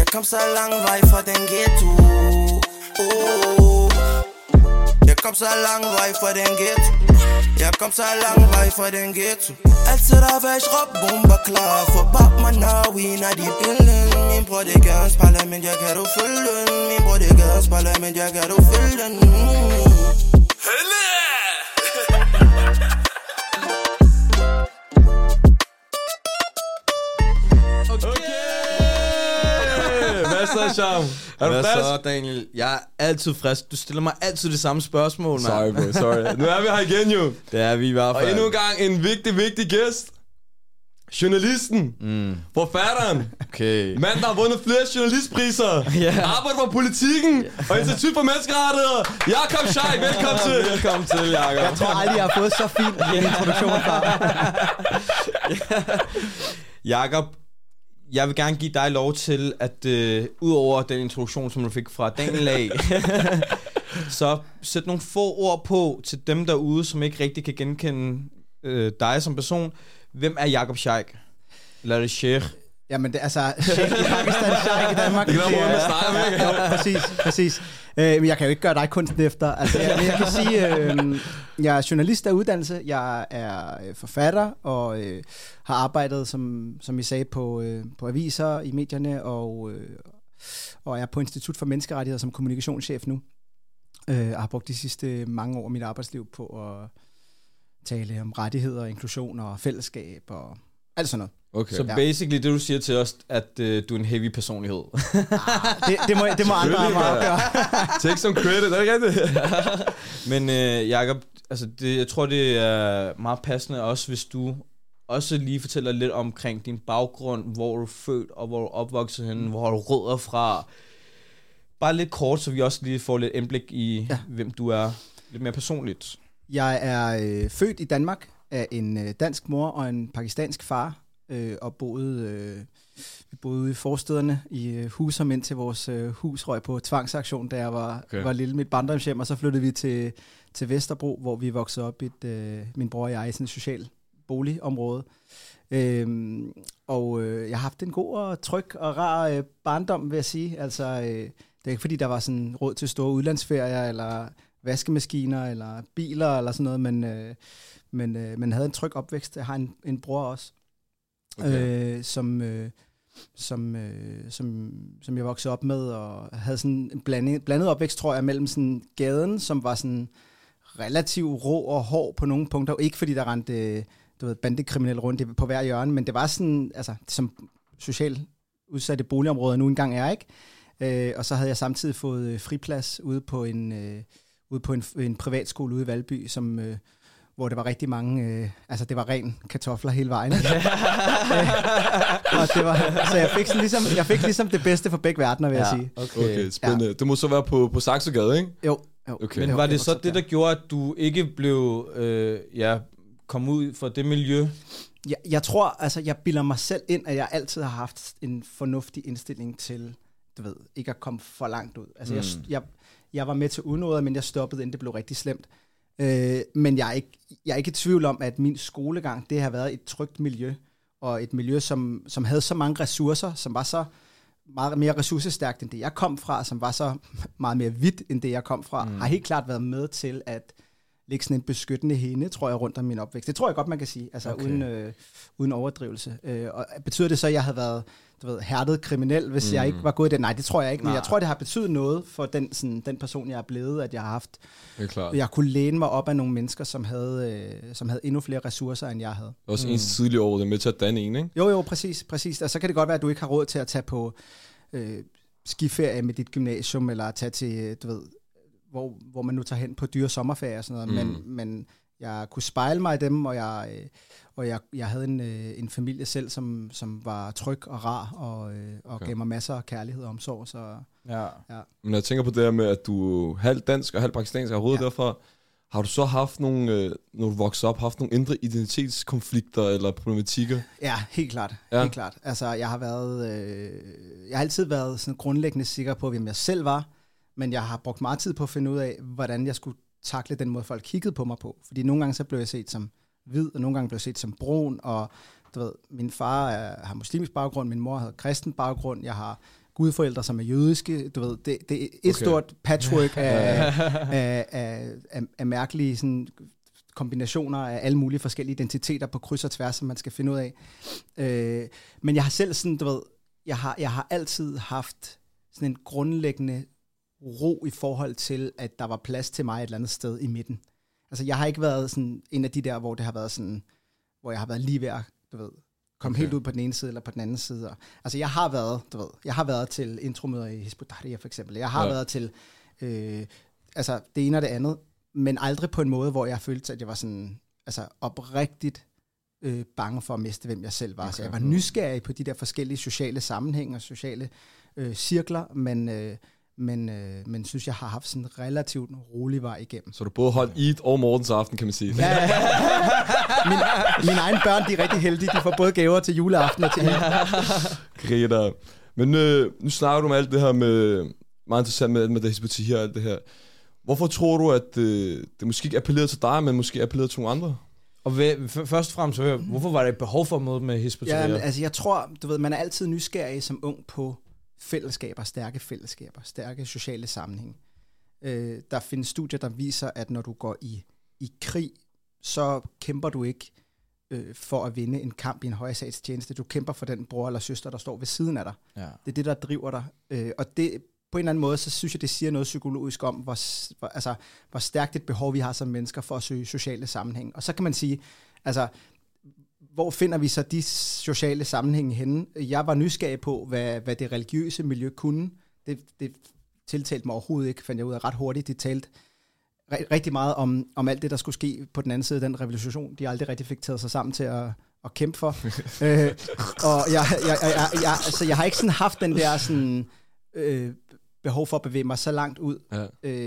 kom så lang vej fra den ghetto. Jeg kom så lang vej fra den ghetto. Jeg kom så lang vej fra den ghetto. Altid der væk råb bomber klar. For bag mig når vi når de billen. Min bror det gør en spejler, men jeg kan du følge den. Min bror det gør en spejler, men jeg kan du følge den. Hvad så, Charm? Hvad så, Daniel? Jeg er altid frisk. Du stiller mig altid det samme spørgsmål, mand. Sorry, bro, sorry. Nu er vi her igen, jo. Det er vi i hvert fald. Og endnu en gang en vigtig gæst. Journalisten. Forfatteren. Okay. Mand, der har vundet flere journalistpriser. Arbejder for Politikken. Og Institut for Menneskerettigheder. Jakob Sheik, velkommen til. Velkommen til, Jakob. Jeg tror aldrig, jeg har fået så fin en introduktion før. Jakob, jeg vil gerne give dig lov til at, udover den introduktion, som du fik fra Daniel af, så sæt nogle få ord på til dem derude, som ikke rigtig kan genkende dig som person. Hvem er Jakob Sheik? Eller er det Sheikh? Jamen, det, altså, Sheikh i Pakistan, Sheikh i Danmark. Det er noget, man snakker med. Jo, præcis. Men jeg kan jo ikke gøre dig kunsten efter. Altså, jeg kan sige, jeg er journalist af uddannelse. Jeg er forfatter og har arbejdet, som I sagde, på aviser i medierne og er på Institut for Menneskerettigheder som kommunikationschef nu. Jeg har brugt de sidste mange år af mit arbejdsliv på at tale om rettigheder, inklusion og fællesskab og alt sådan noget. Okay. Så basically det du siger til os, at du er en heavy personlighed. Det må andre have meget gøre. Take some credit, er det rigtigt? Men Jakob, altså jeg tror det er meget passende også, hvis du også lige fortæller lidt omkring din baggrund, hvor du er født og hvor du er opvokset henne, hvor har du rødder fra. Bare lidt kort, så vi også lige får lidt indblik i, hvem du er, lidt mere personligt. Jeg er født i Danmark af en dansk mor og en pakistansk far, og boede i forstederne i Husum, indtil vores hus røg på tvangsaktion, da jeg var lille, mit barndomshjem, og så flyttede vi til Vesterbro, hvor vi voksede op i min bror og jeg i sådan et socialt boligområde. Jeg har haft en god og tryg og rar barndom, vil jeg sige. Altså, det er ikke fordi, der var sådan råd til store udlandsferier, eller vaskemaskiner, eller biler, eller sådan noget, men havde en tryg opvækst. Jeg har en bror også, som jeg voksede op med, og havde sådan en blandet opvækst, tror jeg, mellem sådan gaden, som var sådan relativt rå og hård på nogle punkter. Ikke fordi der rendte bandekriminelle rundt på hver hjørne, men det var sådan, altså, som socialt udsatte boligområder nu engang er, ikke? Og så havde jeg samtidig fået friplads ude på en privatskole ude i Valby, hvor det var rigtig mange, det var ren kartofler hele vejen. Og så jeg fik ligesom det bedste for begge verdener, vil jeg sige. Okay, spændende. Ja. Det må så være på Saxogade, ikke? Jo. Okay. Men var det så det, der gjorde, at du ikke blev kom ud fra det miljø? Jeg tror, jeg bilder mig selv ind, at jeg altid har haft en fornuftig indstilling til, ikke at komme for langt ud. Altså, jeg var med til unåder, men jeg stoppede, inden det blev rigtig slemt. Men jeg er ikke i tvivl om, at min skolegang, det har været et trygt miljø, og et miljø, som havde så mange ressourcer, som var så meget mere ressourcestærkt end det, jeg kom fra, som var så meget mere vidt end det, jeg kom fra, har helt klart været med til at lægge sådan en beskyttende hende, tror jeg, rundt om min opvækst. Det tror jeg godt, man kan sige, uden overdrivelse. Og betyder det så, at jeg havde været hærdet kriminel, hvis jeg ikke var gået i det? Nej, det tror jeg ikke, men jeg tror, det har betydet noget for den person, jeg er blevet, at jeg har haft. Jeg kunne læne mig op af nogle mennesker, som havde endnu flere ressourcer, end jeg havde. Også ens tidligere år, det er med til at danne en, ikke? Jo, præcis. Og så kan det godt være, at du ikke har råd til at tage på skiferie med dit gymnasium, eller tage til, hvor man nu tager hen på dyre sommerferie og sådan noget, men jeg kunne spejle mig i dem, og jeg havde en familie selv, som var tryg og rar, og gav mig masser af kærlighed og omsorg. Så, ja. Men jeg tænker på det her med, at du er halvt dansk og halvt pakistansk, og hovedet derfra. Har du så haft nogle, når du voksede op, haft nogle indre identitetskonflikter eller problematikker? Ja, helt klart. Helt klart. Altså, jeg har altid været sådan grundlæggende sikker på, hvem jeg selv var, men jeg har brugt meget tid på at finde ud af, hvordan jeg skulle takle den måde, folk kiggede på mig på. Fordi nogle gange så blev jeg set som hvid, og nogle gange blev jeg set som brun, og min far har muslimsk baggrund, min mor havde kristen baggrund, jeg har gudforældre, som er jødiske. Du ved, det er et stort patchwork af mærkelige sådan, kombinationer af alle mulige forskellige identiteter på kryds og tværs, som man skal finde ud af. Men jeg har selv sådan, du ved, jeg har altid haft sådan en grundlæggende ro i forhold til, at der var plads til mig et eller andet sted i midten. Altså, jeg har ikke været sådan en af de der, hvor det har været sådan, hvor jeg har været lige ved at, du ved, komme helt ud på den ene side eller på den anden side. Altså, jeg har været til intromøder i Hizb ut-Tahrir for eksempel. Jeg har været til, altså, det ene og det andet, men aldrig på en måde, hvor jeg følte, at jeg var sådan, altså, oprigtigt bange for at miste, hvem jeg selv var. Okay. Så jeg var nysgerrig på de der forskellige sociale sammenhænge og sociale cirkler, men synes, jeg har haft sådan en relativt rolig vej igennem. Så du både holdt Eid og Mortens aften, kan man sige. Ja. Mine egne børn, de er rigtig heldige. De får både gaver til juleaften og til Eid. Greta. Men nu snakker du om alt det her med, meget interessant med det Hizb ut-Tahrir og alt det her. Hvorfor tror du, at det måske ikke appellerede til dig, men måske appellerede til nogle andre? Og først og fremmest, hvorfor var der et behov for at møde med Hizb ut-Tahrir? Ja, altså jeg tror, du ved, man er altid nysgerrig som ung på fællesskaber, stærke sociale sammenhæng. Der findes studier, der viser, at når du går i krig, så kæmper du ikke for at vinde en kamp i en højsagstjeneste. Du kæmper for den bror eller søster, der står ved siden af dig. Ja. Det er det, der driver dig. Og det, på en eller anden måde, så synes jeg, det siger noget psykologisk om, hvor stærkt et behov vi har som mennesker for at søge sociale sammenhæng. Og så kan man sige, altså, hvor finder vi så de sociale sammenhænge henne? Jeg var nysgerrig på, hvad det religiøse miljø kunne. Det tiltalte mig overhovedet ikke, fandt jeg ud af ret hurtigt. De talte rigtig meget om alt det, der skulle ske på den anden side af den revolution, de aldrig rigtig fik taget sig sammen til at kæmpe for. Og jeg har ikke sådan haft den der sådan, behov for at bevæge mig så langt ud. Ja.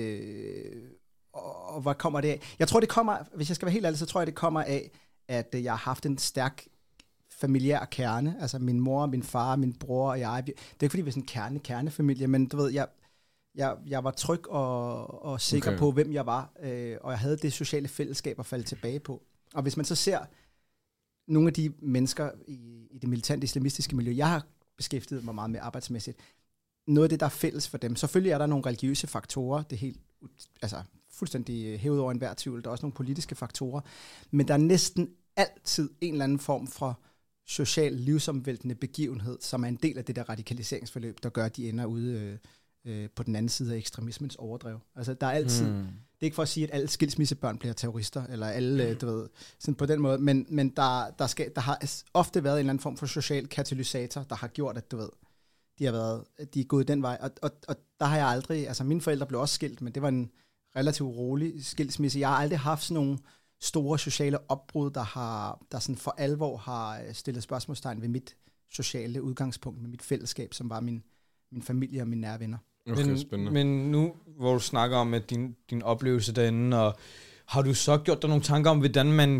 Og hvad kommer det af? Jeg tror, det kommer, hvis jeg skal være helt ærlig, så tror jeg, det kommer af, at jeg har haft en stærk familiær kerne. Altså min mor, min far, min bror og jeg. Det er ikke, fordi vi er sådan en kernefamilie, men du ved, jeg var tryg og sikker på, hvem jeg var, og jeg havde det sociale fællesskab at falde tilbage på. Og hvis man så ser nogle af de mennesker i det militant islamistiske miljø, jeg har beskæftiget mig meget med arbejdsmæssigt, noget af det, der er fælles for dem. Selvfølgelig er der nogle religiøse faktorer, det er helt, altså fuldstændig hævet over enhver tvivl. Der er også nogle politiske faktorer, men der er næsten altid en eller anden form for social livsomvæltende begivenhed, som er en del af det der radikaliseringsforløb, der gør, at de ender ude på den anden side af ekstremismens overdrev. Altså, der er altid... Det er ikke for at sige, at alle skilsmissebørn bliver terrorister, eller alle, du ved, sådan på den måde, men der har ofte været en eller anden form for social katalysator, der har gjort, at du ved, de er gået den vej, og der har jeg aldrig... Altså, mine forældre blev også skilt, men det var en relativt rolig skilsmisse. Jeg har aldrig haft sådan nogle store sociale opbrud, der sådan for alvor har stillet spørgsmålstegn ved mit sociale udgangspunkt, med mit fællesskab, som var min familie og mine nære venner. Okay, men nu, hvor du snakker om at din oplevelse derinde, og har du så gjort dig nogle tanker om, hvordan man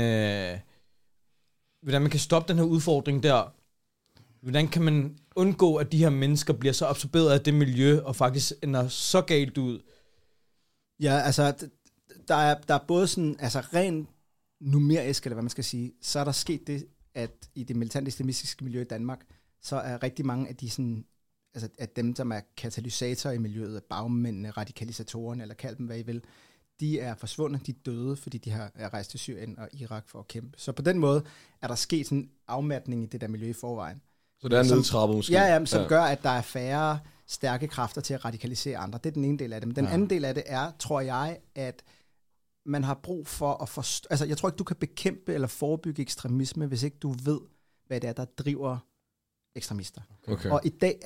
kan stoppe den her udfordring der? Hvordan kan man undgå, at de her mennesker bliver så absorberet af det miljø, og faktisk ender så galt ud? Ja, altså, der er både sådan, altså rent numerisk, eller hvad man skal sige, så er der sket det, at i det militant islamistiske miljø i Danmark, så er rigtig mange af de sådan, altså at dem, som er katalysatorer i miljøet, bagmændene, radikalisatorerne, eller kald dem, hvad I vil, de er forsvundet, de er døde, fordi de er rejst til Syrien og Irak for at kæmpe. Så på den måde er der sket sådan en afmatning i det der miljø i forvejen. Så det er nedtrappet måske? Ja, som gør, at der er færre stærke kræfter til at radikalisere andre. Det er den ene del af det. Men den anden del af det er, tror jeg, at man har brug for at forstå... Altså, jeg tror ikke, du kan bekæmpe eller forebygge ekstremisme, hvis ikke du ved, hvad det er, der driver ekstremister. Okay. Og i dag,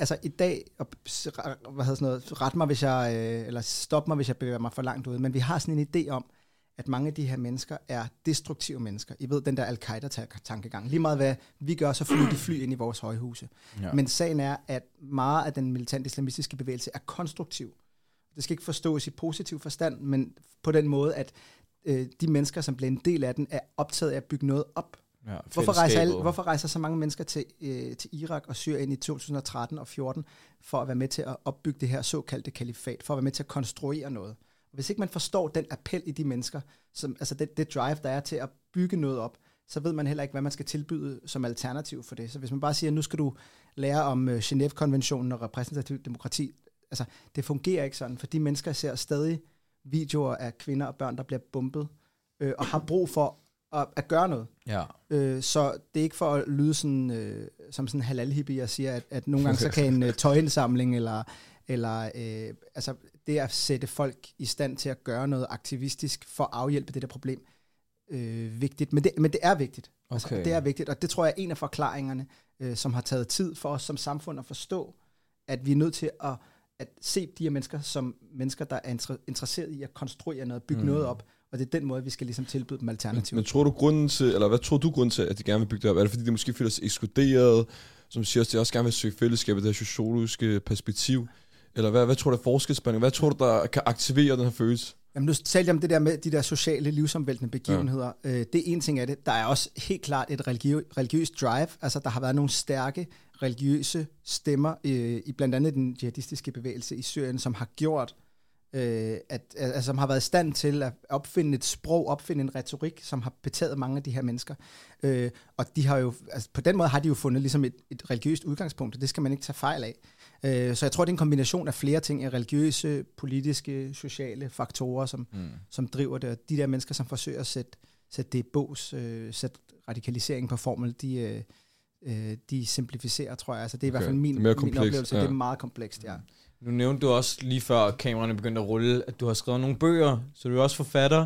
ret mig, hvis jeg, eller stop mig, hvis jeg bevæger mig for langt ud, men vi har sådan en idé om, at mange af de her mennesker er destruktive mennesker. I ved, den der Al-Qaida-tankegang. Lige meget hvad vi gør, så flyver de fly ind i vores højhuse. Ja. Men sagen er, at meget af den militant islamistiske bevægelse er konstruktiv. Det skal ikke forstås i positiv forstand, men på den måde, at de mennesker, som bliver en del af den, er optaget af at bygge noget op. Ja, hvorfor rejser så mange mennesker til Irak og Syrien i 2013 og 2014 for at være med til at opbygge det her såkaldte kalifat, for at være med til at konstruere noget? Hvis ikke man forstår den appel i de mennesker, som, altså det drive, der er til at bygge noget op, så ved man heller ikke, hvad man skal tilbyde som alternativ for det. Så hvis man bare siger, nu skal du lære om Genève-konventionen og repræsentativt demokrati, altså det fungerer ikke sådan, for de mennesker ser stadig videoer af kvinder og børn, der bliver bombet, og har brug for at gøre noget. Ja. Så det er ikke for at lyde sådan, som sådan en halal-hippie, jeg siger, at nogle gange så kan en tøjindsamling eller altså det at sætte folk i stand til at gøre noget aktivistisk for at afhjælpe det der problem, vigtigt. Men det er vigtigt. Okay. Altså, det er vigtigt, og det tror jeg er en af forklaringerne, som har taget tid for os som samfund at forstå, at vi er nødt til at se de her mennesker som mennesker, der er interesseret i at konstruere noget, bygge noget op, og det er den måde, vi skal ligesom tilbyde dem alternativer. Men tror du grunden til, eller hvad tror du grunden til, at de gerne vil bygge det op? Er det fordi, de måske føler sig ekskluderet, som siger, at de også gerne vil søge fællesskabet, det her sociologiske perspektiv? Eller hvad tror du er forskelsspænding? Hvad tror du, der kan aktivere den her følelse? Jamen, nu talte jeg om det der med de der sociale, livsomvæltende begivenheder. Ja. Det er en ting af det. Der er også helt klart et religiøst drive. Altså, der har været nogle stærke religiøse stemmer i blandt andet den jihadistiske bevægelse i Syrien, som har gjort, som har været i stand til at opfinde et sprog, opfinde en retorik, som har betaget mange af de her mennesker. Og de har jo, altså, på den måde har de jo fundet ligesom et religiøst udgangspunkt, og det skal man ikke tage fejl af. Så jeg tror, det er en kombination af flere ting, af religiøse, politiske, sociale faktorer, som driver det. Og de der mennesker, som forsøger at sætte det i bås, sætte radikalisering på formel, de simplificerer, tror jeg. Altså, det er i hvert fald min oplevelse. Ja. Det er meget komplekst, ja. Nu nævnte du også lige før kameraerne begyndte at rulle, at du har skrevet nogle bøger, så du er også forfatter.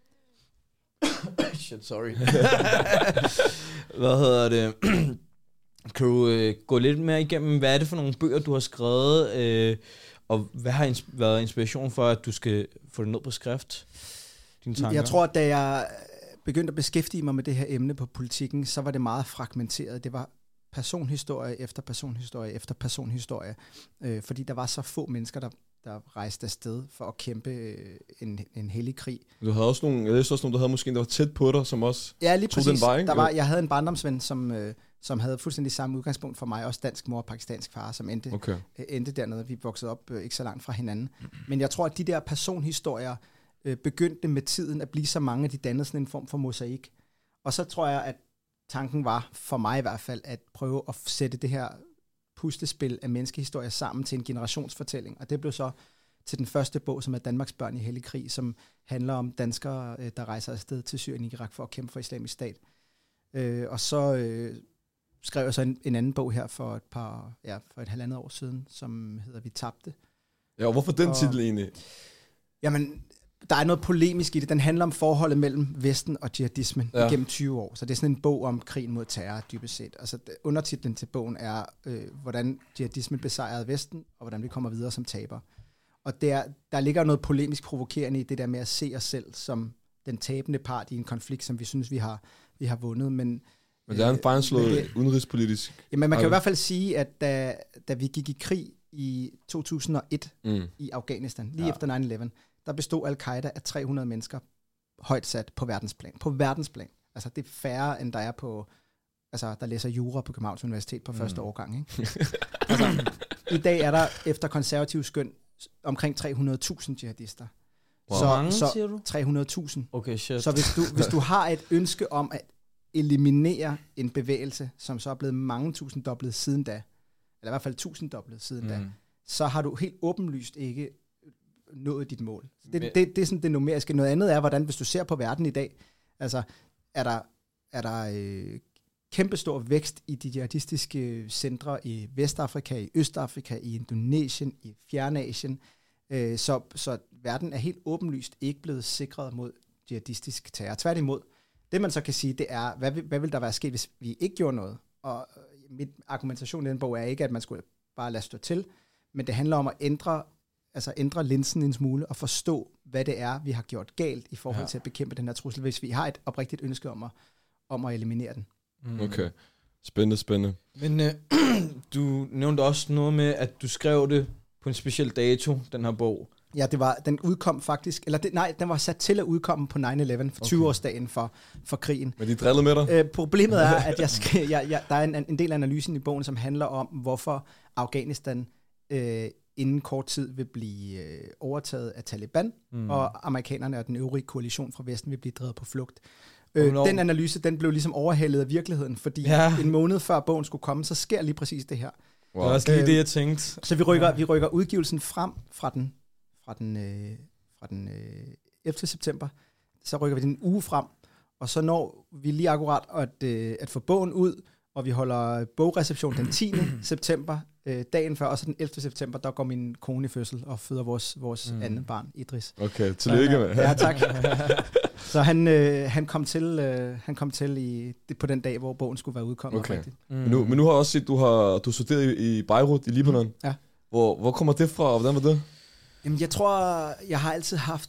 Shit, sorry. Hvad hedder det? Kan du gå lidt mere igennem, hvad er det for nogle bøger, du har skrevet, og hvad har været inspiration for, at du skal få det ned på skrift? Dine tanker? Jeg tror, at da jeg begyndte at beskæftige mig med det her emne på politikken, så var det meget fragmenteret. Det var personhistorie efter personhistorie efter personhistorie, fordi der var så få mennesker, der rejste afsted for at kæmpe en hellig krig. Du havde også nogle, jeg læste også nogle, der havde måske, der var tæt på dig, som også lige tog den vej, ikke? Jeg havde en barndomsven, som havde fuldstændig samme udgangspunkt for mig, også dansk mor og pakistansk far, som endte dernede. Vi voksede op ikke så langt fra hinanden. Men jeg tror, at de der personhistorier begyndte med tiden at blive så mange, at de dannede sådan en form for mosaik. Og så tror jeg, at tanken var, for mig i hvert fald, at prøve at sætte det her puslespil af menneskehistorier sammen til en generationsfortælling. Og det blev så til den første bog, som er Danmarks børn i hellig krig, som handler om danskere, der rejser afsted til Syrien og Irak for at kæmpe for Islamisk Stat. Og så skrev jeg så en anden bog her for et halvandet år siden, som hedder Vi tabte. Ja, og hvorfor den titel egentlig? Jamen, der er noget polemisk i det. Den handler om forholdet mellem Vesten og jihadismen gennem 20 år. Så det er sådan en bog om krigen mod terror, dybest set. Altså, undertitlen til bogen er, hvordan jihadismen besejrede Vesten, og hvordan vi kommer videre som taber. Og der ligger noget polemisk provokerende i det der med at se os selv som den tabende part i en konflikt, som vi synes, vi har vundet. Men det er en fejlslået udenrigspolitisk. Jamen, man kan i hvert fald sige, at da vi gik i krig i 2001 i Afghanistan, lige efter 9/11, der bestod Al-Qaida af 300 mennesker højt sat på verdensplan. På verdensplan. Altså, det er færre, end der er på, altså, der læser jura på Københavns Universitet på første årgang, ikke? Altså, i dag er der efter konservativ skøn omkring 300.000 jihadister. Hvor mange, siger du? 300.000. Okay, shit. Så hvis du har et ønske om at eliminere en bevægelse, som så er blevet mange tusindoblet siden da, eller i hvert fald tusindoblet siden da, så har du helt åbenlyst ikke nået dit mål. Det er sådan det numeriske. Noget andet er, hvordan, hvis du ser på verden i dag, altså, er der kæmpestor vækst i de jihadistiske centre i Vestafrika, i Østafrika, i Indonesien, i Fjernasien. Så verden er helt åbenlyst ikke blevet sikret mod jihadistisk terror. Tværtimod, det man så kan sige, det er, hvad vil der være sket, hvis vi ikke gjorde noget? Og mit argumentation i den bog er ikke, at man skulle bare lade stå til, men det handler om at ændre linsen en smule og forstå, hvad det er, vi har gjort galt i forhold til at bekæmpe den her trussel, hvis vi har et oprigtigt ønske om at eliminere den. Okay. Spændende. Men du nævnte også noget med, at du skrev det på en speciel dato, den her bog. Ja, den udkom faktisk, den var sat til at udkomme på 9/11, for 20-årsdagen for krigen. Men de drillede med dig? Problemet er, at der er en del af analysen i bogen, som handler om, hvorfor Afghanistan inden kort tid vil blive overtaget af Taliban, og amerikanerne og den øvrige koalition fra Vesten vil blive drevet på flugt. Den analyse, den blev ligesom overhældet af virkeligheden, fordi en måned før bogen skulle komme, så sker lige præcis det her. Wow. Det var også lige det, jeg tænkte. Så vi rykker udgivelsen frem fra den 11. september. Så rykker vi den en uge frem, og så når vi lige akkurat at få bogen ud, og vi holder bogreception den 10. september, dagen før, og så den 11. september, der går min kone i fødsel og føder vores andet barn, Idris. Okay, tillykke med. Ja, tak. Så han kom til på den dag, hvor bogen skulle være udkommet. Okay. Men nu har jeg også set, du studeret i Beirut, i Libanon. Ja. Hvor kommer det fra, og hvordan var det? Jamen, jeg tror, jeg har altid haft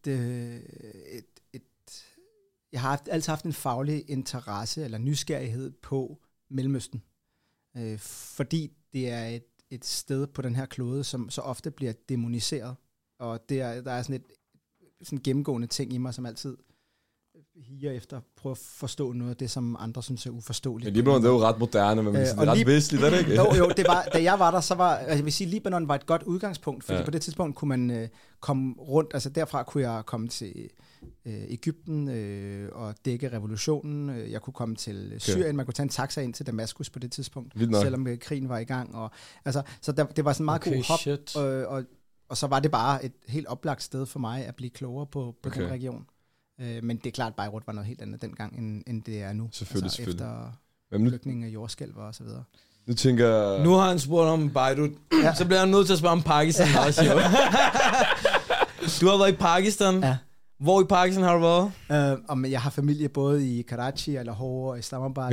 altid haft en faglig interesse eller nysgerrighed på Mellemøsten. Fordi det er et sted på den her klode, som så ofte bliver demoniseret. Og der er sådan en gennemgående ting i mig, som altid higer efter at prøve at forstå noget af det, som andre synes er uforståeligt. Men Libanon, det er jo ret moderne, men det er ret vestligt, er det ikke? Jo, det var, da jeg var der, så var, jeg vil sige, Libanon var et godt udgangspunkt, fordi på det tidspunkt kunne man komme rundt, altså derfra kunne jeg komme til Egypten og dække revolutionen. Jeg kunne komme til Syrien, man kunne tage en taxa ind til Damaskus på det tidspunkt, selvom krigen var i gang. Og, altså, så det var sådan en meget god hop, og så var det bare et helt oplagt sted for mig at blive klogere på den region. Men det er klart, at Beirut var noget helt andet dengang, end det er nu. Selvfølgelig. Efter flygtningen af jordskælv og så videre. Nu tænker... Nu har han spurgt om Beirut, så bliver han nødt til at spørge om Pakistan også, jo. Du har været i Pakistan. Ja. Hvor i Pakistan har du været? Jeg har familie både i Karachi, Lahore og Islamabad.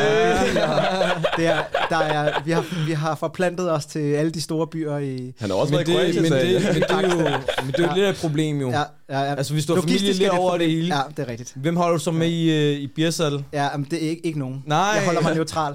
Vi har forplantet os til alle de store byer i... Han har også været i Kroatien, men det er jo lidt af et problem, jo. Ja. Altså, hvis du har familie lidt over det hele. Ja, det er rigtigt. Hvem holder du så med i Birsal? Ja, men det er ikke nogen. Nej. Jeg holder mig neutral.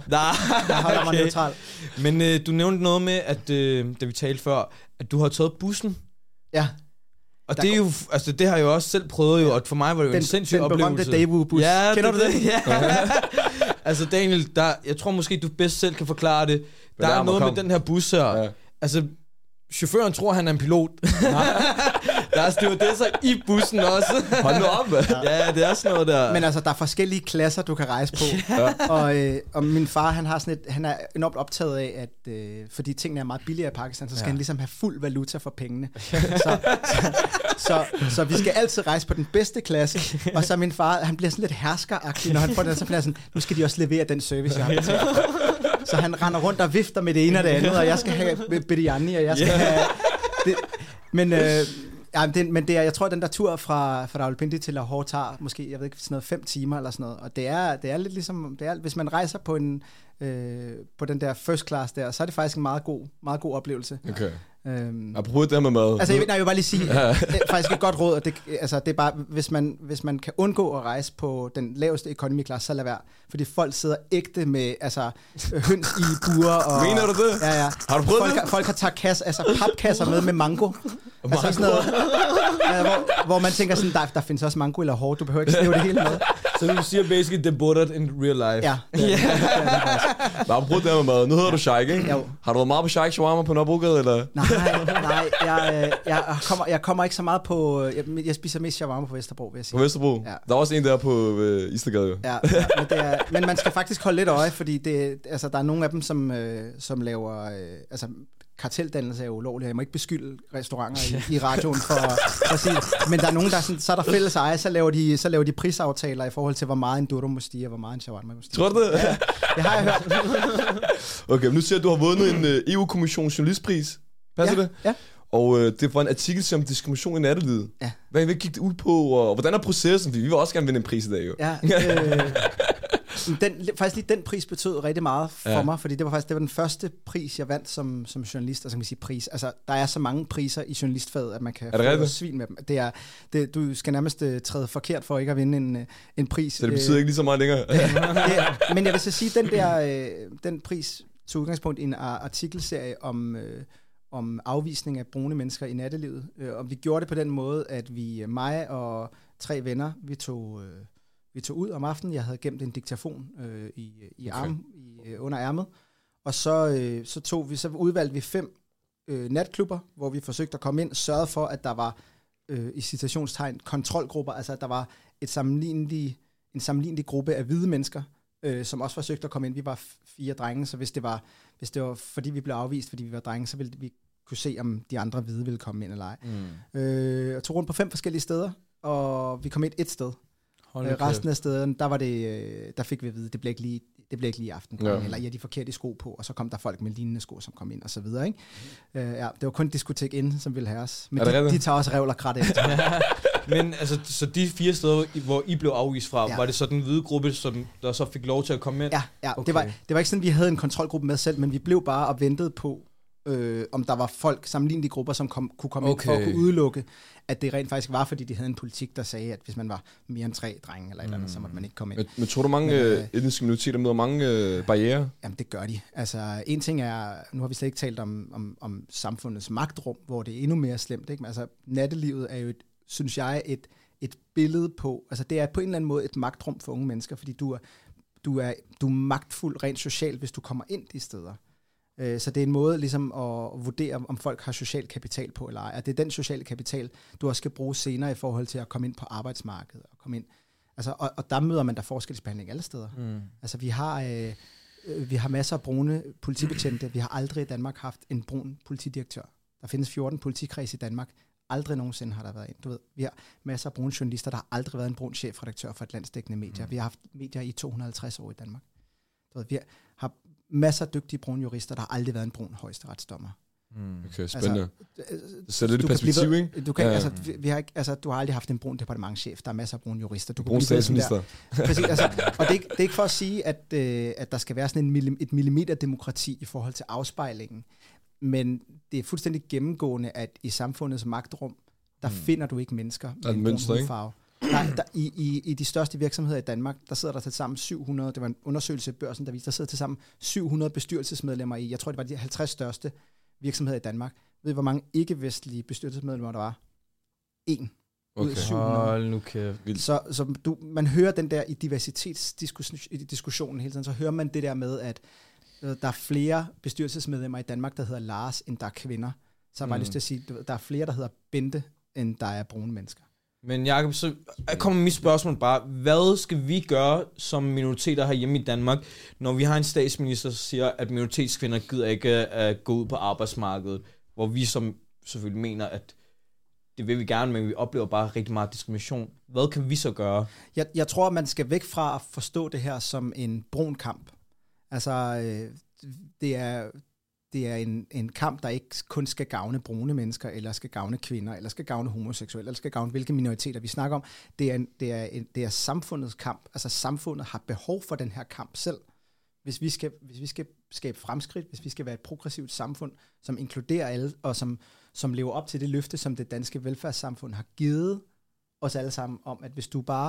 Men du nævnte noget med, at da vi talte før, at du har taget bussen. Ja. Og det er jo, altså det har jeg jo også selv prøvet jo, og for mig var det jo en sindssyg oplevelse. Den berømte Daewoo-bus. Ja, kender du det? Ja. Altså Daniel, jeg tror måske, du bedst selv kan forklare det. Der er noget med den her bus her. Ja. Altså, chaufføren tror, han er en pilot. Der er stewardesser i bussen også. Hold nu op, hvad? Ja, det er sådan noget der. Men altså, der er forskellige klasser, du kan rejse på. Og min far, han er enormt optaget af, at fordi tingene er meget billigere i Pakistan, så skal han ligesom have fuld valuta for pengene. Så vi skal altid rejse på den bedste klasse. Og så min far, han bliver sådan lidt herskeragtig, når han får det, så bliver sådan, nu skal de også levere den service, jeg har betalt. Så han render rundt og vifter med det ene og det andet, og jeg skal have biryani, og jeg skal have... Men det er, jeg tror, den der tur fra Rawalpindi til Lahore tager måske, jeg ved ikke, sådan noget 5 timer eller sådan noget. Og det er lidt ligesom, hvis man rejser på den der first class der, så er det faktisk en meget god oplevelse. Okay. Apropos det her med mad. Altså, jeg vil bare lige sige, det er faktisk et godt råd, og det er bare, hvis man kan undgå at rejse på den laveste economy class, så lad være. Fordi folk sidder ægte med høns i buer. Og, mener du det? Ja. Har du prøvet det? Folk har taget papkasser med mango. Altså sådan noget, hvor man tænker sådan, der findes også mango eller hårdt, du behøver ikke skrive det hele med. Så du siger basically, det buttered in real life. Ja. Har du prøvet det her med mad? Nu hedder du Shaik, ikke? Jo. Har du været meget på Shaik Shawarma på Nørrebrogade, eller? Nej, jeg kommer ikke så meget på... Jeg spiser mest shawarma på Vesterbro, vil jeg sige. På Vesterbro? Ja. Der er også en der på Istergade, jo. Ja, men man skal faktisk holde lidt øje, fordi der er nogle af dem, som laver... karteldannelse er jo ulovligt. Jeg må ikke beskylde restauranter i radioen for at sige det. Men der er nogen, så er der fælles eje, så laver de prisaftaler i forhold til, hvor meget en duro må stige, og hvor meget en shawarma må stige. Tror du det? Ja, det har jeg hørt. Okay, men nu siger du, at du har vundet en EU-kommissions journalistpris. Passer det? Ja. Og det var en artikel om diskrimination i nattelivet. Ja. Hvad gik det ud på, og hvordan er processen? Vi vil også gerne vinde en pris i dag, jo. Ja, faktisk lige den pris betød rigtig meget for mig, fordi det var den første pris, jeg vandt som journalist, og så kan man sige pris. Altså, der er så mange priser i journalistfaget, at man kan få svin med dem. Du skal nærmest træde forkert for ikke at vinde en pris. Så det betyder ikke lige så meget længere? Men jeg vil så sige, den pris tog udgangspunkt i en artikelserie om afvisning af brune mennesker i nattelivet. Og vi gjorde det på den måde, at mig og 3 venner, vi tog ud om aftenen. Jeg havde gemt en diktafon under ærmet. Og så udvalgte vi 5 natklubber, hvor vi forsøgte at komme ind, sørgede for, at der var i citationstegn kontrolgrupper, altså at der var en sammenlignelig gruppe af hvide mennesker, som også forsøgte at komme ind. Vi var 4 drenge, så hvis det var fordi vi blev afvist, fordi vi var drenge, så ville vi kunne se, om de andre hvide ville komme ind eller ej. Jeg tog rundt på 5 forskellige steder, og vi kom ind et sted. Resten af stederne, der fik vi at vide, det blev ikke lige i aften. Ja. Eller de forkerte sko på, og så kom der folk med lignende sko, som kom ind, og så videre. Ikke? Det var kun Diskotek Inn, som ville have os. Men de tager også revl og krat efter. Men altså, så de 4 steder, hvor I blev afvist fra, var det så den hvide gruppe, der så fik lov til at komme ind? Ja. Okay. Det var ikke sådan, vi havde en kontrolgruppe med selv, men vi blev bare og ventede på, om der var folk, sammenlignende grupper, som kunne komme ind for at kunne udelukke, at det rent faktisk var, fordi de havde en politik, der sagde, at hvis man var mere end 3 drenge eller et eller andet, så måtte man ikke komme ind. Men tror du, mange etniske minoriteter møder mange barrierer? Jamen, det gør de. Altså, en ting er, nu har vi slet ikke talt om samfundets magtrum, hvor det er endnu mere slemt, ikke? Men altså, nattelivet er jo synes jeg, et billede på, altså det er på en eller anden måde et magtrum for unge mennesker, fordi du er magtfuld rent socialt, hvis du kommer ind de steder. Så det er en måde ligesom at vurdere, om folk har social kapital på eller ej. Og det er den sociale kapital, du også skal bruge senere i forhold til at komme ind på arbejdsmarkedet. Og komme ind. Altså, og der møder man der forskelsbehandling alle steder. Altså vi har masser af brune politibetjente. Vi har aldrig i Danmark haft en brun politidirektør. Der findes 14 politikreds i Danmark. Aldrig nogensinde har der været en. Du ved, vi har masser af brune journalister. Der har aldrig været en brun chefredaktør for et landsdækkende medier. Vi har haft medier i 250 år i Danmark. Du ved, vi har masser af dygtige brune jurister. Der har aldrig været en brun højesteretsdommer. Okay, spændende. Så lidt i perspektiv, ikke? Du kan, du har aldrig haft en brun departementschef. Der er masser af brune jurister. Du brun statsminister. Præcis, og det er ikke for at sige, at der skal være sådan et millimeterdemokrati i forhold til afspejlingen. Men det er fuldstændig gennemgående, at i samfundets magtrum, der finder du ikke mennesker med en brun hudfarve. I de største virksomheder i Danmark, der sidder der til sammen 700, det var en undersøgelse i Børsen, der viste, der sidder til sammen 700 bestyrelsesmedlemmer i, jeg tror det var de 50 største virksomheder i Danmark. Ved I, hvor mange ikke-vestlige bestyrelsesmedlemmer der var? 1 ud af 700. Hold nu kæft. Så man hører den der i diversitetsdiskussionen hele tiden, så hører man det der med, at der er flere bestyrelsesmedlemmer i Danmark, der hedder Lars, end der er kvinder. Så jeg bare lyst til at sige, der er flere, der hedder Bente, end der er brune mennesker. Men Jacob, så kommer mit spørgsmål bare. Hvad skal vi gøre som minoriteter herhjemme i Danmark, når vi har en statsminister, der siger, at minoritetskvinder gider ikke at gå ud på arbejdsmarkedet, hvor vi som selvfølgelig mener, at det vil vi gerne, men vi oplever bare rigtig meget diskrimination. Hvad kan vi så gøre? Jeg tror, man skal væk fra at forstå det her som en brun kamp. Altså, det er en kamp, der ikke kun skal gavne brune mennesker, eller skal gavne kvinder, eller skal gavne homoseksuelle, eller skal gavne hvilke minoriteter vi snakker om. Det er samfundets kamp. Altså, samfundet har behov for den her kamp selv. Hvis vi skal skabe fremskridt, hvis vi skal være et progressivt samfund, som inkluderer alle, og som lever op til det løfte, som det danske velfærdssamfund har givet os alle sammen om, at hvis du bare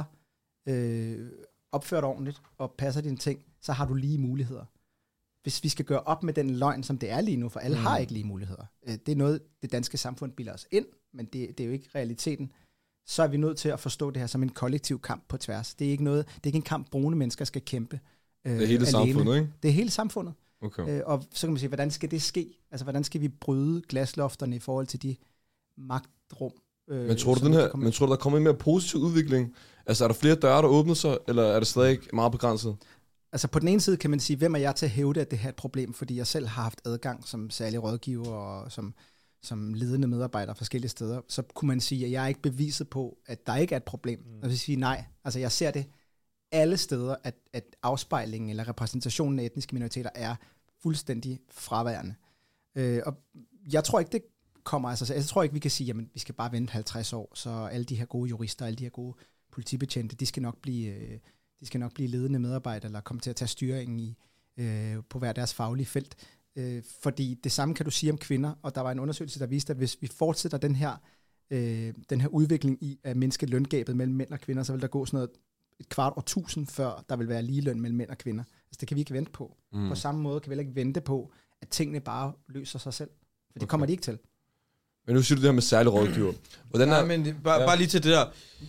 opfører dig ordentligt og passer dine ting, så har du lige muligheder. Hvis vi skal gøre op med den løgn, som det er lige nu, for alle har ikke lige muligheder. Det er noget, det danske samfund bilder os ind, men det er jo ikke realiteten. Så er vi nødt til at forstå det her som en kollektiv kamp på tværs. Det er ikke en kamp, brune mennesker skal kæmpe det er hele samfundet, ikke? Det er hele samfundet. Okay. Og så kan man sige, hvordan skal det ske? Altså, hvordan skal vi bryde glaslofterne i forhold til de magtrum? Men tror du, der er kommet en mere positiv udvikling? Altså, er der flere døre, der åbner sig, eller er det stadig meget begrænset? Altså, på den ene side kan man sige, hvem er jeg til at hævde, at det her er et problem, fordi jeg selv har haft adgang som særlig rådgiver og som ledende medarbejder forskellige steder. Så kunne man sige, at jeg er ikke beviset på, at der ikke er et problem. Jeg vil sige nej. Altså, jeg ser det alle steder, at afspejlingen eller repræsentationen af etniske minoriteter er fuldstændig fraværende. Og jeg tror ikke, det kommer altså. Jeg tror ikke, vi kan sige, jamen, vi skal bare vente 50 år, så alle de her gode jurister, alle de her gode politibetjente, de skal nok blive ledende medarbejdere, eller komme til at tage styringen på hver deres faglige felt. Fordi det samme kan du sige om kvinder, og der var en undersøgelse, der viste, at hvis vi fortsætter den her udvikling i at mindske løngabet mellem mænd og kvinder, så vil der gå sådan noget et kvart årtusind, før der vil være ligeløn mellem mænd og kvinder. Altså, det kan vi ikke vente på. På samme måde kan vi ikke vente på, at tingene bare løser sig selv. For det kommer de ikke til. Men nu siger du det her med særlig rådgiver. Bare lige til det der.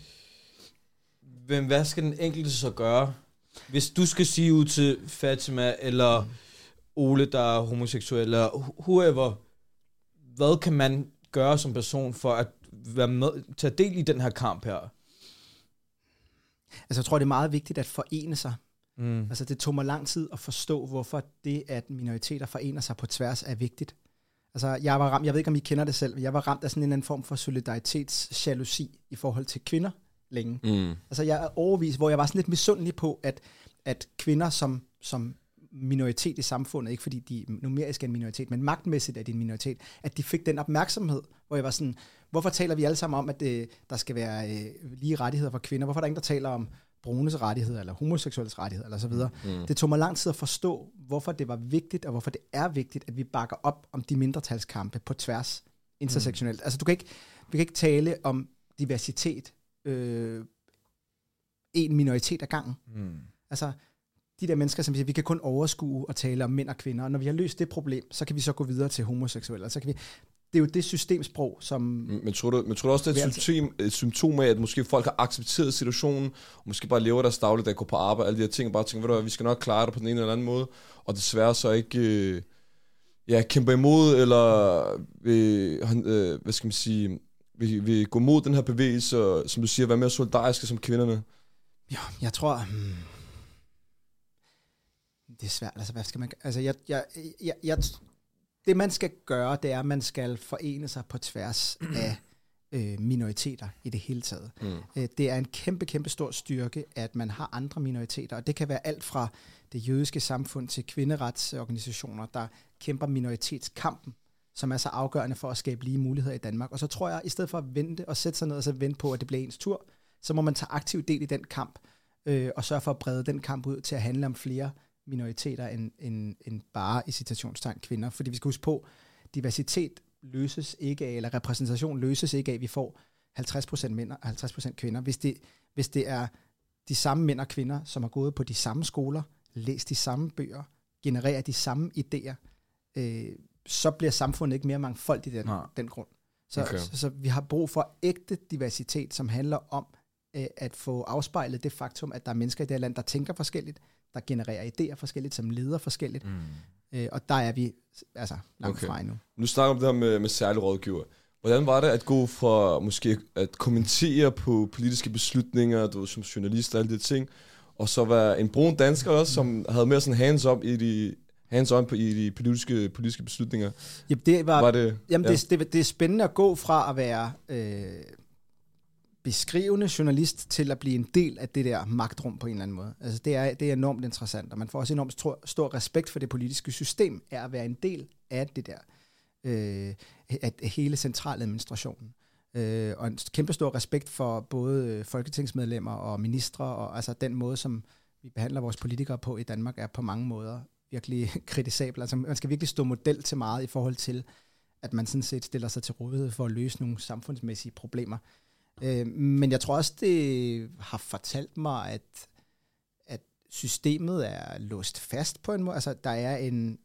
Hvad skal den enkelte så gøre? Hvis du skal sige ud til Fatima, eller Ole, der er homoseksuel, eller whoever, hvad kan man gøre som person for at være med, tage del i den her kamp her? Altså, jeg tror, det er meget vigtigt at forene sig. Altså, det tog mig lang tid at forstå, hvorfor det, at minoriteter forener sig på tværs, er vigtigt. Altså, jeg var ramt, jeg ved ikke, om I kender det selv, men jeg var ramt af sådan en anden form for solidaritetsjalousi i forhold til kvinder længe. Altså, jeg er overvis, hvor jeg var sådan lidt misundelig på, at kvinder som minoritet i samfundet, ikke fordi de numerisk er en minoritet, men magtmæssigt er de en minoritet, at de fik den opmærksomhed, hvor jeg var sådan, hvorfor taler vi alle sammen om, at der skal være lige rettigheder for kvinder? Hvorfor er der ingen, der taler om brunes rettigheder, eller homoseksuelles rettigheder, eller så videre? Det tog mig lang tid at forstå, hvorfor det var vigtigt, og hvorfor det er vigtigt, at vi bakker op om de mindretalskampe på tværs, intersektionelt. Altså, vi kan ikke tale om diversitet en minoritet ad gangen. Altså, de der mennesker, som siger, vi kan kun overskue og tale om mænd og kvinder, og når vi har løst det problem, så kan vi så gå videre til homoseksuelle, så kan vi... Det er jo det systemsprog, som... Men tror du også, det er et symptom af, at måske folk har accepteret situationen, og måske bare lever deres dagligdag, går på arbejde, alle de her ting, og bare tænker, ved du hvad, vi skal nok klare det på den ene eller anden måde, og desværre så ikke kæmper imod, eller hvad skal man sige, vil gå mod den her bevægelse, og, som du siger, være mere solidariske som kvinderne? Ja, jeg tror... Det er svært, altså hvad skal man... Altså, det man skal gøre, det er, at man skal forene sig på tværs af minoriteter i det hele taget. Det er en kæmpe stor styrke, at man har andre minoriteter, og det kan være alt fra det jødiske samfund til kvinderetsorganisationer, der kæmper minoritetskampen, som er så afgørende for at skabe lige muligheder i Danmark. Og så tror jeg, i stedet for at vente og sætte sig ned og så vente på, at det bliver ens tur, så må man tage aktiv del i den kamp, og sørge for at brede den kamp ud til at handle om flere minoriteter end bare i citationstegn kvinder. Fordi vi skal huske på, diversitet løses ikke af, eller repræsentation løses ikke af, at vi får 50% mænd og 50% kvinder. Hvis det er de samme mænd og kvinder, som har gået på de samme skoler, læst de samme bøger, genererer de samme idéer, så bliver samfundet ikke mere mangfoldigt i den grund. Så vi har brug for ægte diversitet, som handler om at få afspejlet det faktum, at der er mennesker i det her land, der tænker forskelligt, der genererer idéer forskelligt, som leder forskelligt. Og der er vi altså langt fra endnu. Nu snakker om det her med særlig rådgiver. Hvordan var det at gå fra måske at kommentere på politiske beslutninger, du som journalist og alle de ting, og så være en brun dansker også, som havde mere sådan hands-on i de politiske beslutninger? Jamen, det er spændende at gå fra at være beskrivende journalist til at blive en del af det der magtrum på en eller anden måde. Altså det er enormt interessant, og man får også enormt stor respekt for det politiske system, er at være en del af det der, af hele centraladministrationen. Og en kæmpe stor respekt for både folketingsmedlemmer og ministre, og altså den måde, som vi behandler vores politikere på i Danmark, er på mange måder virkelig kritisabel. Altså man skal virkelig stå model til meget i forhold til, at man sådan set stiller sig til rådighed for at løse nogle samfundsmæssige problemer. Men jeg tror også, det har fortalt mig, at systemet er låst fast på en måde. Altså, der er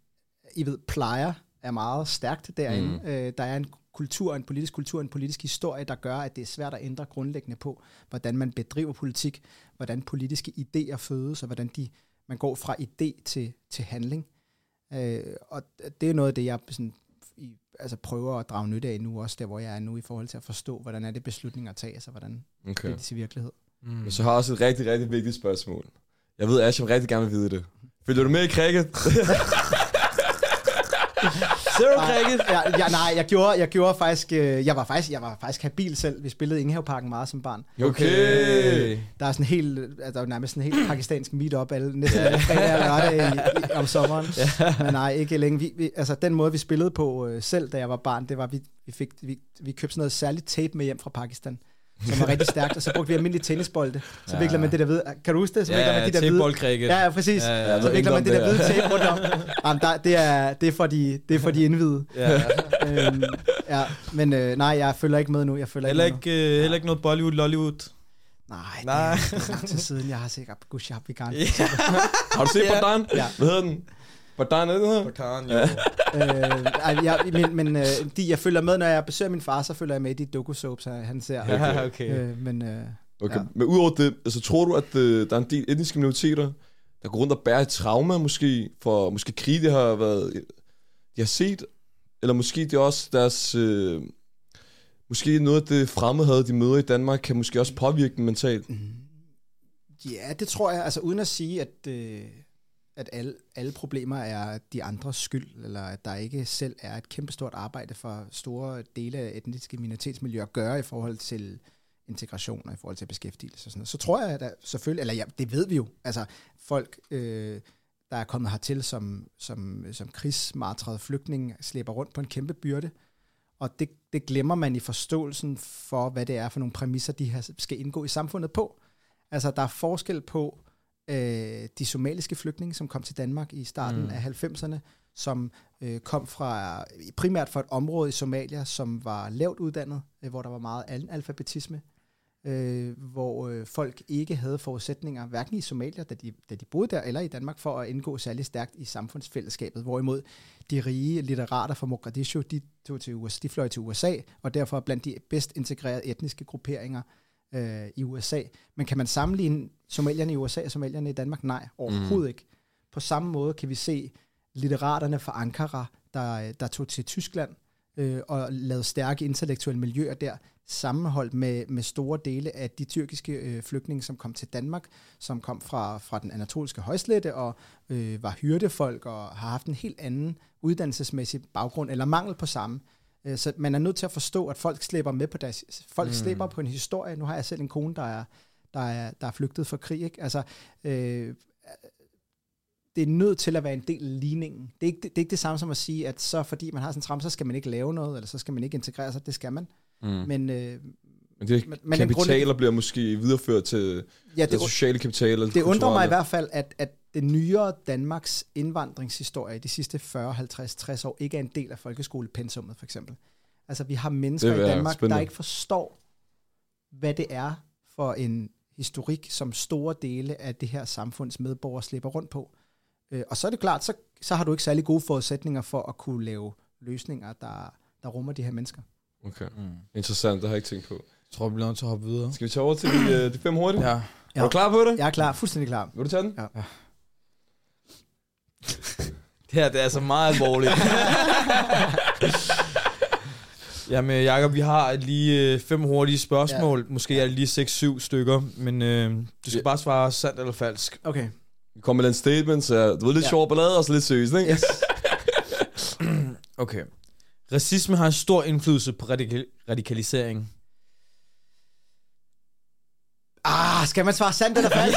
plejer er meget stærkt derinde. Der er en kultur, en politisk kultur, en politisk historie, der gør, at det er svært at ændre grundlæggende på, hvordan man bedriver politik, hvordan politiske idéer fødes, og hvordan man går fra idé til handling. Og det er noget af det, jeg sådan prøver at drage nytte af nu også, der hvor jeg er nu, i forhold til at forstå, hvordan er det beslutninger tages, og hvordan bliver det til virkelighed. Men så har jeg også et rigtig, rigtig vigtigt spørgsmål. Jeg ved, at Asham rigtig gerne vil vide det. Følger du med i cricket? Ser du cricket? Nej, jeg gjorde faktisk, jeg var faktisk habil selv. Vi spillede i Ingehaveparken meget som barn. Okay. Der er sådan nærmest sådan en helt pakistansk meet-up næsten alle fredag og lørdag om sommeren. Men nej, ikke længe. Altså den måde vi spillede på selv, da jeg var barn, det var vi købte sådan noget særligt tape med hjem fra Pakistan, som var rigtig stærkt, og så brugte vi almindelige tennisbolde. Så vikler man det der hvide. Kan du huske det? Så vikler man de der tapeboldkriget. Ja, præcis. Så vikler man det der hvide tape rundt om. Jamen, det er for de indvidede. Men nej, jeg følger ikke med nu. Heller ikke noget Bollywood, Lollywood. Nej, det er lang tid siden, jeg har sikkert Gushab i gang. Har du set Badan? Ja. Hvad hedder den? Badan, er det her? Badan, jo. Jeg følger med, når jeg besøger min far, så følger jeg med i de doku-soaps, han ser. Okay. Men udover det, altså, tror du, at der er en del etniske minoriteter, der går rundt og bærer et trauma, måske krig, de har set, eller måske det er også deres... Måske noget af det fremmedhed, de møder i Danmark, kan måske også påvirke dem mentalt? Ja, det tror jeg. Altså uden at sige, at alle problemer er de andres skyld, eller at der ikke selv er et kæmpestort arbejde for store dele af etniske minoritetsmiljøer at gøre i forhold til integration og i forhold til beskæftigelse og sådan noget. Så tror jeg, at der selvfølgelig, eller ja, det ved vi jo, altså folk, der er kommet hertil som krigsmartrede flygtninge, slæber rundt på en kæmpe byrde, og det glemmer man i forståelsen for, hvad det er for nogle præmisser, de her skal indgå i samfundet på. Altså, der er forskel på de somaliske flygtninge, som kom til Danmark i starten af 90'erne, som kom primært fra et område i Somalia, som var lavt uddannet, hvor der var meget analfabetisme, hvor folk ikke havde forudsætninger, hverken i Somalia, da de boede der, eller i Danmark, for at indgå særlig stærkt i samfundsfællesskabet. Hvorimod de rige litterater fra Mogadishu, de fløj til USA, og derfor blandt de bedst integrerede etniske grupperinger i USA. Men kan man sammenligne somalierne i USA og somalierne i Danmark? Nej, overhovedet ikke. På samme måde kan vi se litteraterne fra Ankara, der tog til Tyskland og lavede stærke intellektuelle miljøer der, sammenholdt med store dele af de tyrkiske flygtninge, som kom til Danmark, som kom fra den anatoliske højslette og var hyrdefolk og har haft en helt anden uddannelsesmæssig baggrund, eller mangel på samme. Så man er nødt til at forstå, at folk slæber med på slæber på en historie. Nu har jeg selv en kone, der er flygtet fra krig, ikke? Altså, det er nødt til at være en del af ligningen. Det er ikke det samme som at sige, at så fordi man har sådan en tram, så skal man ikke lave noget, eller så skal man ikke integrere sig. Det skal man. Men det kapitaler bliver måske videreført til det sociale kapital. Det undrer mig i hvert fald, at det nyere Danmarks indvandringshistorie i de sidste 40, 50, 60 år ikke er en del af folkeskolepensummet, for eksempel. Altså, vi har mennesker i Danmark, der ikke forstår, hvad det er for en historik, som store dele af det her samfunds medborgere slipper rundt på. Og så er det klart, så har du ikke særlig gode forudsætninger for at kunne lave løsninger, der rummer de her mennesker. Okay. Interessant, det har jeg ikke tænkt på. Jeg tror, vi bliver nødt til at hoppe videre. Skal vi tage over til de 5 hurtige? Ja. Er du klar på det? Jeg er klar, fuldstændig klar. Vil du tage den? Ja. Det her, det er altså meget alvorligt. Jamen, Jakob, vi har lige 5 hurtige spørgsmål. Ja. Måske er det lige 6-7 stykker, men du skal bare svare sandt eller falsk. Okay. Vi kommer med en statement, så du ved, lidt sjov ballade og så lidt seriøst, ikke? Yes. Okay. Racisme har en stor indflydelse på radikalisering. Skal man svare sandt eller falsk?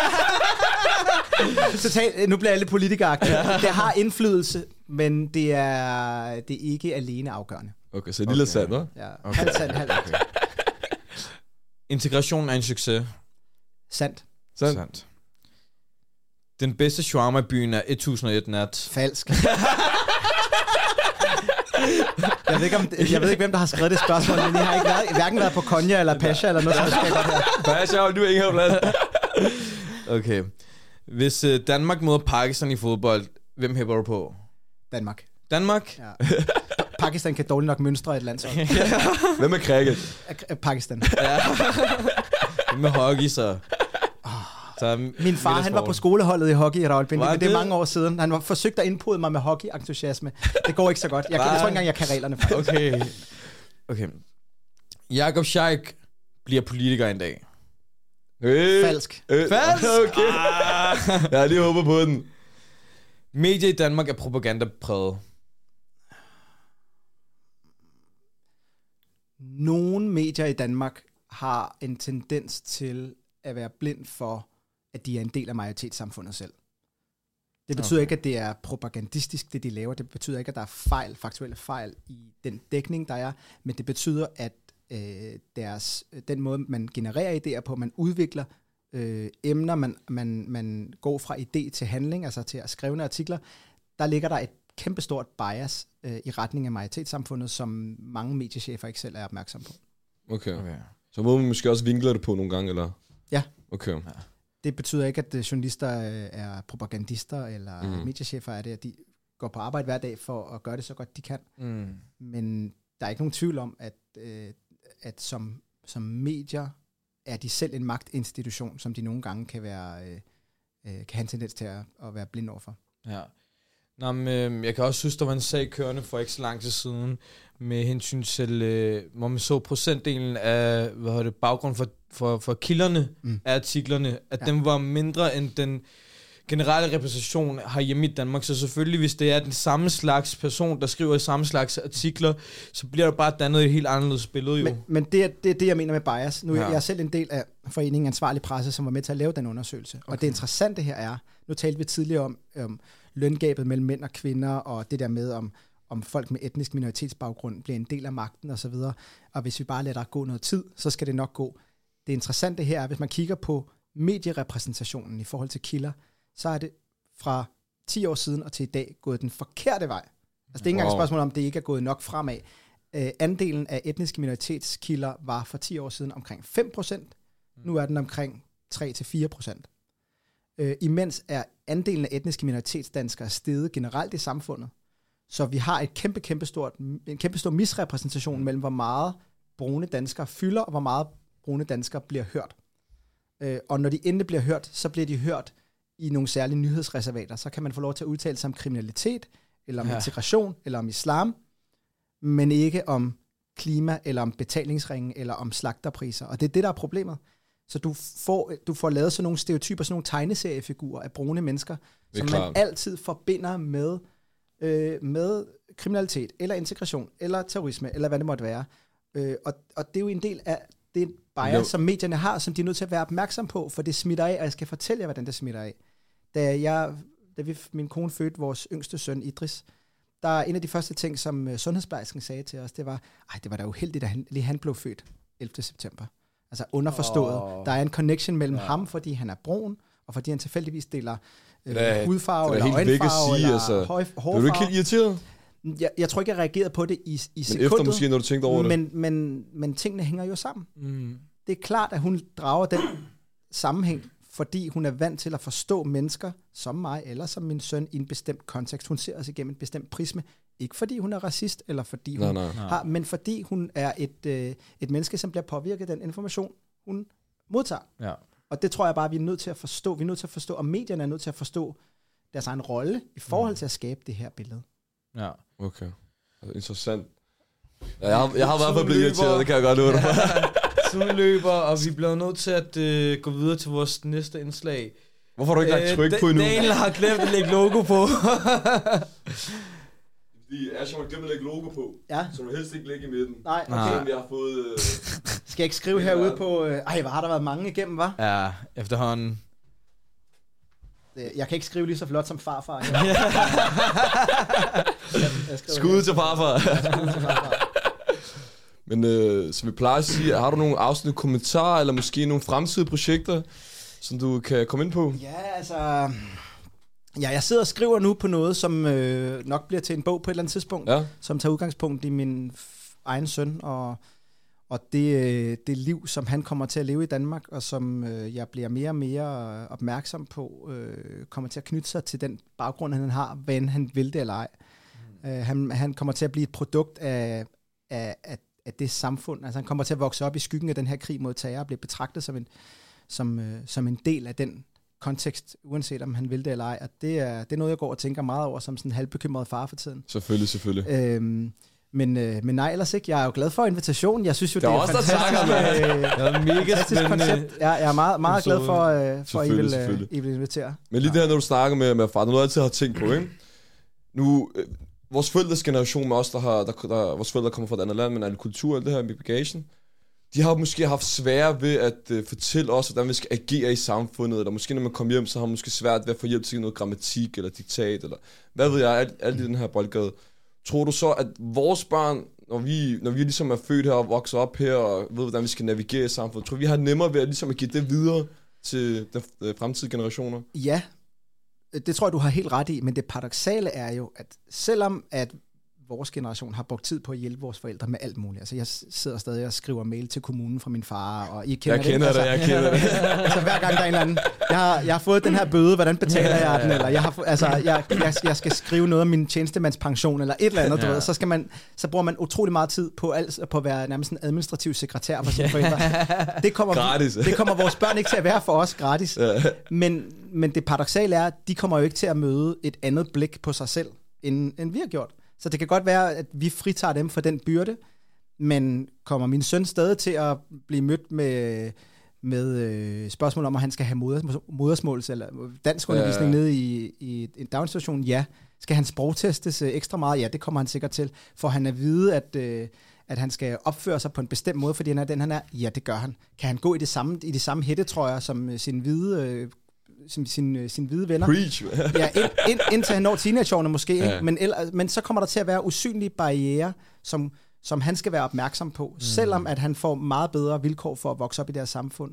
Nu bliver alle politikere-agtige. Det har indflydelse, men det er ikke alene afgørende. Okay, så det er lidt sandt, hva'? Ja, okay. Halvt sandt, halvt. Okay. Integration er en succes. Sandt. Den bedste shawarma i byen er 1001 nat. Falsk. Jeg ved ikke, hvem der har skrevet det spørgsmål, men jeg har ikke hverken været på Konya eller Pasha eller noget, som skal godt her. Pasha, du er ikke her plads. Okay. Hvis Danmark møder Pakistan i fodbold, hvem hæpper du på? Danmark? Ja. Pakistan kan dårligt nok mønstre et landshold. Hvem er cricket? Pakistan. Ja. Med hockey, så... Min far, han var på skoleholdet i hockey i Ravlbindi, men det er mange år siden. Han var forsøgt at indpode mig med hockey-entusiasme. Det går ikke så godt. Jeg tror ikke engang, jeg kan reglerne for. Okay. Jakob Scheik bliver politiker en dag. Falsk. Falsk? Okay. Jeg har lige håbet på den. Medier i Danmark er propagandapræget. Nogle medier i Danmark har en tendens til at være blind for, at de er en del af majoritetssamfundet selv. Det betyder ikke, at det er propagandistisk, det de laver. Det betyder ikke, at der er faktuelle fejl i den dækning, der er. Men det betyder, at den måde, man genererer idéer på, man udvikler emner, man går fra idé til handling, altså til at skrive artikler, der ligger der et kæmpestort bias i retning af majoritetssamfundet, som mange mediechefer ikke selv er opmærksom på. Okay. Så må man måske også vinkle det på nogle gange, eller? Ja. Okay. Ja. Det betyder ikke, at journalister er propagandister, eller mediechefer er det, at de går på arbejde hver dag for at gøre det så godt, de kan. Men der er ikke nogen tvivl om, at som medier er de selv en magtinstitution, som de nogle gange kan have en tendens til at være blind overfor. Ja. Nå, men jeg kan også synes, der var en sag kørende for ikke så lang tid siden, med hensyn til, hvor man så procentdelen af baggrund for kilderne af artiklerne, at den var mindre end den generelle repræsentation herhjemme i Danmark. Så selvfølgelig, hvis det er den samme slags person, der skriver i samme slags artikler, så bliver der bare dannet et helt anderledes billede jo. Men det er det, jeg mener med bias. Nu jeg er selv en del af foreningen Ansvarlig Presse, som var med til at lave den undersøgelse. Okay. Og det interessante her er, nu talte vi tidligere om løngabet mellem mænd og kvinder, og det der med, om folk med etnisk minoritetsbaggrund bliver en del af magten osv. Og hvis vi bare lader der gå noget tid, så skal det nok gå. Det interessante her er, hvis man kigger på medierepræsentationen i forhold til kilder, så er det fra 10 år siden og til i dag gået den forkerte vej. Altså det er ikke engang et spørgsmål om, det ikke er gået nok fremad. Andelen af etniske minoritetskilder var for 10 år siden omkring 5%. Nu er den omkring 3-4%. Imens er andelen af etniske minoritetsdanskere steget generelt i samfundet. Så vi har en kæmpe stor misrepræsentation mellem, hvor meget brune danskere fylder, og hvor meget brune danskere bliver hørt. Og når de endelig bliver hørt, så bliver de hørt i nogle særlige nyhedsreservater. Så kan man få lov til at udtale sig om kriminalitet, eller om integration, eller om islam, men ikke om klima, eller om betalingsringe, eller om slagterpriser. Og det er det, der er problemet. Så du får lavet sådan nogle stereotyper, sådan nogle tegneseriefigurer af brune mennesker, som man altid forbinder med kriminalitet, eller integration, eller terrorisme, eller hvad det måtte være. Og det er jo en del af det bias, som medierne har, som de er nødt til at være opmærksom på, for det smitter af, og jeg skal fortælle jer, hvordan det smitter af. Da min kone fødte vores yngste søn, Idris, der er en af de første ting, som sundhedsplejersken sagde til os, det var da uheldigt, at han blev født 11. september. Altså underforstået. Der er en connection mellem ham, fordi han er brun, og fordi han tilfældigvis deler hudfarve, eller øjenfarve, eller hårfarve. Er du ikke helt irriteret? Jeg tror ikke, jeg reagerede på det i sekundet. Men efter måske, når du tænkte over det. Men tingene hænger jo sammen. Det er klart, at hun drager den sammenhæng, fordi hun er vant til at forstå mennesker som mig, eller som min søn, i en bestemt kontekst. Hun ser os igennem en bestemt prisme. Ikke fordi hun er racist, eller fordi hun har, men fordi hun er et menneske, som bliver påvirket af den information, hun modtager. Ja. Og det tror jeg bare, vi er nødt til at forstå. Vi er nødt til at forstå, og medierne er nødt til at forstå deres egen rolle i forhold til at skabe det her billede. Ja. Okay. Interessant. Ja, jeg har i hvert fald blevet irriteret, det kan jeg godt lide. Tiden løber, og vi bliver nødt til at gå videre til vores næste indslag. Hvorfor har du ikke lagt tryk på endnu? Daniel har glemt at lægge logo på. Fordi Asher har glemt at lægge logo på, så du helst ikke lægge i midten. Nej, okay. Jeg har fået... Skal jeg ikke skrive herude på... hvor har der været mange igennem, hva'? Ja, efterhånden. Jeg kan ikke skrive lige så flot som farfar. Skud til farfar. Men som vi plejer at sige, har du nogle afsluttende kommentarer, eller måske nogle fremtidige projekter, som du kan komme ind på? Ja, altså... Ja, jeg sidder og skriver nu på noget, som nok bliver til en bog på et eller andet tidspunkt, som tager udgangspunkt i min egen søn, og det liv, som han kommer til at leve i Danmark, og som jeg bliver mere og mere opmærksom på, kommer til at knytte sig til den baggrund, han har, hvad end han vil det eller ej. Han kommer til at blive et produkt af det samfund. Altså han kommer til at vokse op i skyggen af den her krig mod terror, og blive betragtet som en del af den kontekst, uanset om han vil det eller ej. Og det er noget, jeg går og tænker meget over, som sådan en halvbekymret far for tiden. Selvfølgelig. Men nej, ellers ikke. Jeg er jo glad for invitationen. Jeg synes jo, det er fantastisk. Mega koncept. Ja, jeg er meget glad for at I vil invitere. Men lige det her, når du snakker med far, noget altid har tænkt på, ikke? Nu, vores forældres generation med os, vores forældre kommer fra et andet land, men alle kultur og alt det her med bagagen, de har måske haft svære ved at fortælle os, hvordan vi skal agere i samfundet, eller måske når man kommer hjem, så har man måske svært ved at få hjælp til noget grammatik eller diktat, eller hvad ved jeg, alt i den her boldgade. Tror du så, at vores børn, når vi ligesom er født her og vokser op her, og ved, hvordan vi skal navigere i samfundet, tror vi har nemmere ved at, ligesom at give det videre til de fremtidige generationer? Ja, det tror jeg, du har helt ret i, men det paradoksale er jo, at selvom at vores generation har brugt tid på at hjælpe vores forældre med alt muligt. Altså, jeg sidder stadig og skriver mail til kommunen fra min far, og I kender jeg kender det. Altså, hver gang der er en eller anden, jeg har fået den her bøde, hvordan betaler jeg den? Eller jeg skal skrive noget om min tjenestemandspension, eller et eller andet, du ved. Så bruger man utrolig meget tid på at være nærmest en administrativ sekretær for sine forældre. Det kommer vores børn ikke til at være for os gratis. Ja. Men det paradoksale er, at de kommer jo ikke til at møde et andet blik på sig selv, end vi har gjort. Så det kan godt være, at vi fritager dem for den byrde, men kommer min søn stadig til at blive mødt med spørgsmål om, at han skal have modersmåls eller danskundervisning nede i en daginstitution? Ja. Skal han sprogtestes ekstra meget? Ja, det kommer han sikkert til. For han at vide, at han skal opføre sig på en bestemt måde, fordi han er den, han er? Ja, det gør han. Kan han gå i de samme hættetrøjer som sin hvide venner. Preach. Ja, indtil han når teenageårene måske. Ja. Men så kommer der til at være usynlige barrierer, som han skal være opmærksom på, selvom at han får meget bedre vilkår for at vokse op i deres samfund,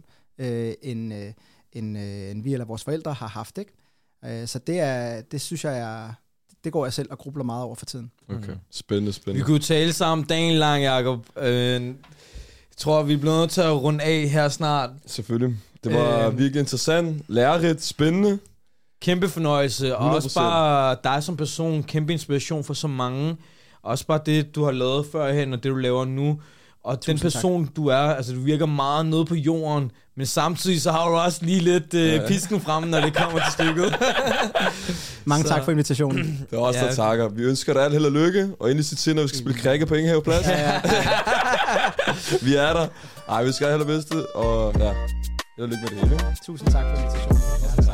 end vi eller vores forældre har haft. Ikke? Så det synes jeg det går jeg selv og grubler meget over for tiden. Okay, spændende. Vi kunne tale sammen dagen lang, Jacob. Jeg tror, vi bliver nødt til at runde af her snart. Selvfølgelig. Det var virkelig interessant, lærerigt, spændende. Kæmpe fornøjelse, 100%. Og også bare dig som person, kæmpe inspiration for så mange. Også bare det, du har lavet førhen, og det, du laver nu. Og den person, du er, altså du virker meget nede på jorden, men samtidig så har du også lige lidt pisken frem, når det kommer til stykket. Mange tak for invitationen. Det er også der takker. Vi ønsker dig alt held og lykke, og endelig sit til, når vi skal spille krikke på Ingehaveplads. Vi er der. Ej, vi skal have held og bedste, og held og lykke med det hele. Tusind tak for invitationen.